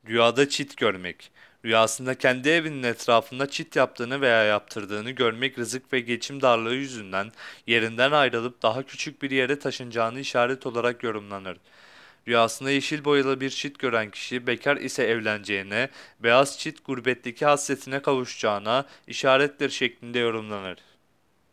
Rüyada çit görmek. Rüyasında kendi evinin etrafında çit yaptığını veya yaptırdığını görmek rızık ve geçim darlığı yüzünden yerinden ayrılıp daha küçük bir yere taşınacağını işaret olarak yorumlanır. Rüyasında yeşil boyalı bir çit gören kişi bekar ise evleneceğine, beyaz çit gurbetteki hasretine kavuşacağına işarettir şeklinde yorumlanır.